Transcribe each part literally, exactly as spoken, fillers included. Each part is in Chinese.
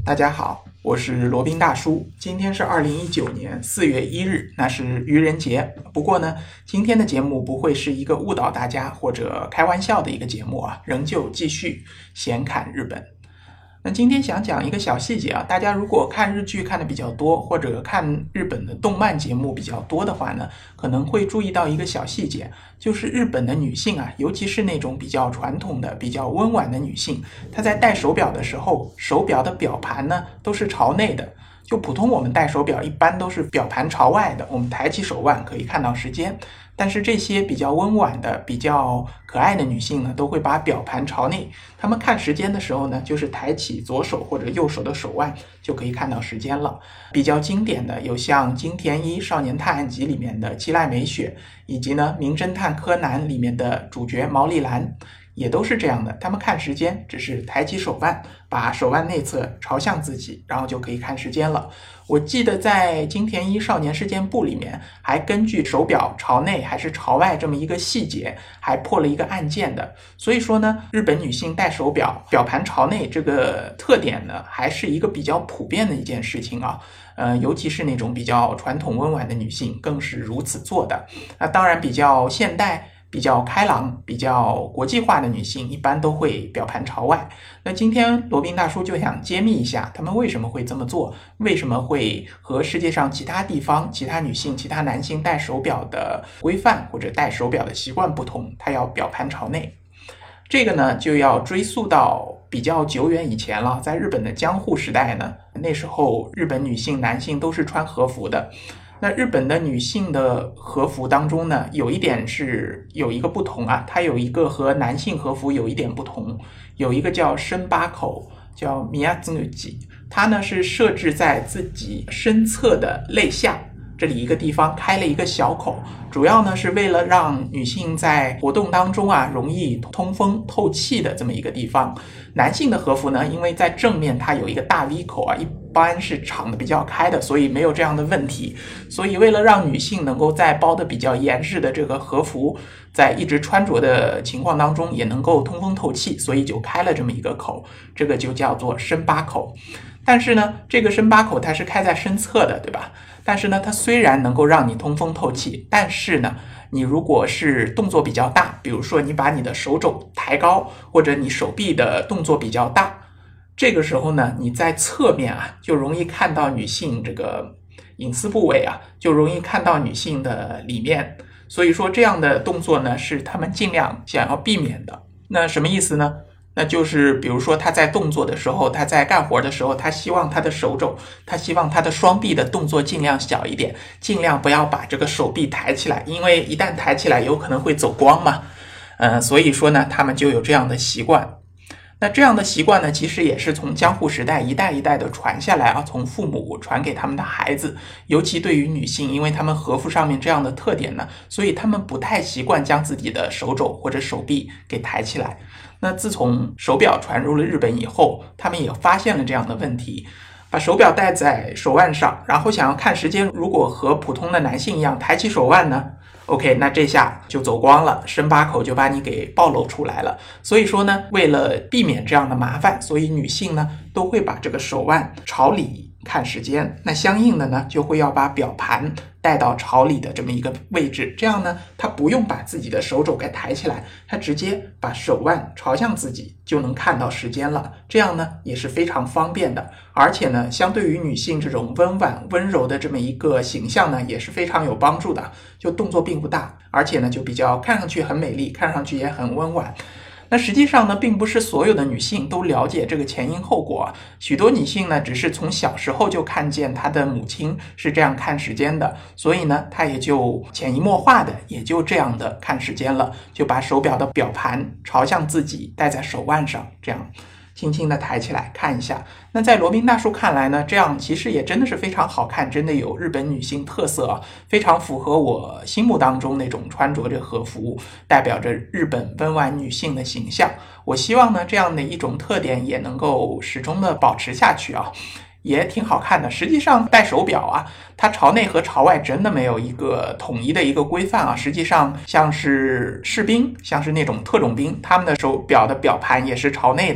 大家好，我是罗宾大叔。今天是二零一九年四月一日，那是愚人节。不过呢，今天的节目不会是一个误导大家或者开玩笑的一个节目啊，仍旧继续闲侃日本。那今天想讲一个小细节啊，大家如果看日剧看的比较多，或者看日本的动漫节目比较多的话呢，可能会注意到一个小细节，就是日本的女性啊，尤其是那种比较传统的、比较温婉的女性，她在戴手表的时候，手表的表盘呢都是朝内的。就普通我们戴手表一般都是表盘朝外的，我们抬起手腕可以看到时间。但是这些比较温婉的、比较可爱的女性呢，都会把表盘朝内。她们看时间的时候呢，就是抬起左手或者右手的手腕就可以看到时间了。比较经典的有像金田一少年探案集里面的七濑美雪，以及呢名侦探柯南里面的主角毛利兰。也都是这样的，他们看时间只是抬起手腕，把手腕内侧朝向自己，然后就可以看时间了。我记得在金田一少年事件簿里面，还根据手表朝内还是朝外这么一个细节，还破了一个案件的。所以说呢，日本女性戴手表表盘朝内这个特点呢，还是一个比较普遍的一件事情啊。呃，尤其是那种比较传统温婉的女性，更是如此做的。那当然，比较现代、比较开朗、比较国际化的女性一般都会表盘朝外。那今天罗宾大叔就想揭秘一下她们为什么会这么做，为什么会和世界上其他地方、其他女性、其他男性戴手表的规范或者戴手表的习惯不同，她要表盘朝内。这个呢就要追溯到比较久远以前了，在日本的江户时代呢，那时候日本女性、男性都是穿和服的。那日本的女性的和服当中呢，有一点是有一个不同啊，它有一个和男性和服有一点不同，有一个叫身八口，叫miyazunuji，它呢是设置在自己身侧的肋下这里一个地方开了一个小口，主要呢是为了让女性在活动当中啊容易通风透气的这么一个地方。男性的和服呢，因为在正面它有一个大 V 口啊，一般是敞的比较开的，所以没有这样的问题。所以为了让女性能够在包的比较严实的这个和服在一直穿着的情况当中也能够通风透气，所以就开了这么一个口，这个就叫做身八口。但是呢，这个身八口它是开在身侧的，对吧？但是呢，它虽然能够让你通风透气，但是呢，你如果是动作比较大，比如说你把你的手肘抬高，或者你手臂的动作比较大，这个时候呢，你在侧面啊，就容易看到女性这个隐私部位啊，就容易看到女性的里面。所以说这样的动作呢，是他们尽量想要避免的。那什么意思呢？那就是比如说他在动作的时候，他在干活的时候，他希望他的手肘，他希望他的双臂的动作尽量小一点，尽量不要把这个手臂抬起来，因为一旦抬起来有可能会走光嘛。呃，所以说呢，他们就有这样的习惯。那这样的习惯呢，其实也是从江户时代一代一代的传下来啊，从父母传给他们的孩子。尤其对于女性，因为他们和服上面这样的特点呢，所以他们不太习惯将自己的手肘或者手臂给抬起来。那自从手表传入了日本以后，他们也发现了这样的问题，把手表戴在手腕上，然后想要看时间，如果和普通的男性一样抬起手腕呢， OK， 那这下就走光了，身八口就把你给暴露出来了。所以说呢，为了避免这样的麻烦，所以女性呢都会把这个手腕朝里看时间，那相应的呢就会要把表盘带到朝里的这么一个位置，这样呢她不用把自己的手肘给抬起来，她直接把手腕朝向自己就能看到时间了，这样呢也是非常方便的。而且呢，相对于女性这种温婉温柔的这么一个形象呢，也是非常有帮助的，就动作并不大，而且呢就比较看上去很美丽，看上去也很温婉。那实际上呢，并不是所有的女性都了解这个前因后果，许多女性呢，只是从小时候就看见她的母亲是这样看时间的，所以呢，她也就潜移默化的也就这样的看时间了，就把手表的表盘朝向自己戴在手腕上，这样轻轻的抬起来看一下。那在罗宾大叔看来呢，这样其实也真的是非常好看，真的有日本女性特色啊，非常符合我心目当中那种穿着着和服，代表着日本温婉女性的形象。我希望呢，这样的一种特点也能够始终的保持下去啊。也挺好看的。实际上戴手表啊，它朝内和朝外真的没有一个统一的一个规范啊。实际上像是士兵，像是那种特种兵，他们的手表的表盘也是朝内的。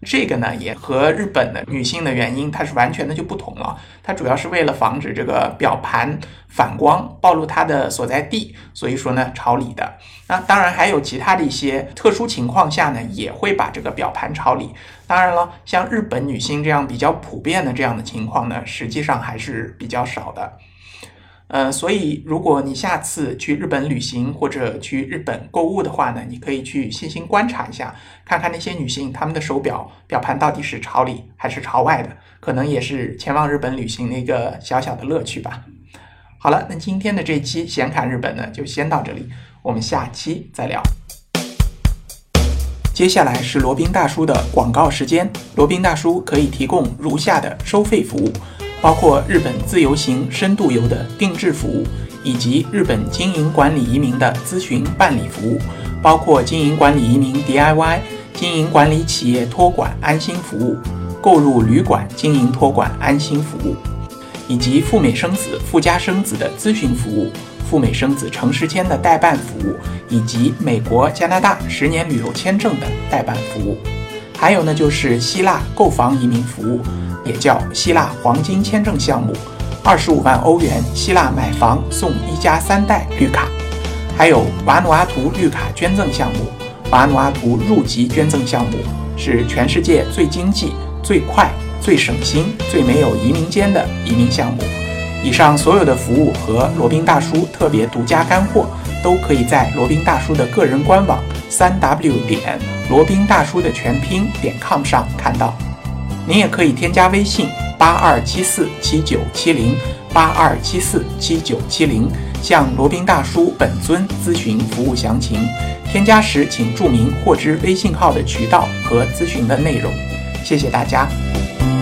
这个呢也和日本的女性的原因它是完全的就不同了，它主要是为了防止这个表盘反光暴露它的所在地，所以说呢朝里的。那当然还有其他的一些特殊情况下呢也会把这个表盘朝里，当然了像日本女性这样比较普遍的这样的情况呢实际上还是比较少的。呃，所以如果你下次去日本旅行或者去日本购物的话呢，你可以去细心观察一下，看看那些女性她们的手表表盘到底是朝里还是朝外的，可能也是前往日本旅行的一个小小的乐趣吧。好了，那今天的这期闲侃日本呢就先到这里，我们下期再聊。接下来是罗宾大叔的广告时间，罗宾大叔可以提供如下的收费服务，包括日本自由行、深度游的定制服务，以及日本经营管理移民的咨询办理服务，包括经营管理移民 D I Y、 经营管理企业托管安心服务、购入旅馆经营托管安心服务，以及赴美生子、赴加生子的咨询服务、赴美生子城市签的代办服务，以及美国、加拿大十年旅游签证的代办服务。还有呢就是希腊购房移民服务，也叫希腊黄金签证项目，二十五万欧元希腊买房送一家三代绿卡。还有瓦努阿图绿卡捐赠项目，瓦努阿图入籍捐赠项目是全世界最经济、最快、最省心、最没有移民监的移民项目。以上所有的服务和罗宾大叔特别独家干货都可以在罗宾大叔的个人官网 三 w 点罗宾大叔的全拼点 com 上看到。您也可以添加微信八二七四七九七零 八二七四七九七零向罗宾大叔本尊咨询服务详情，添加时请注明获知微信号的渠道和咨询的内容。谢谢大家。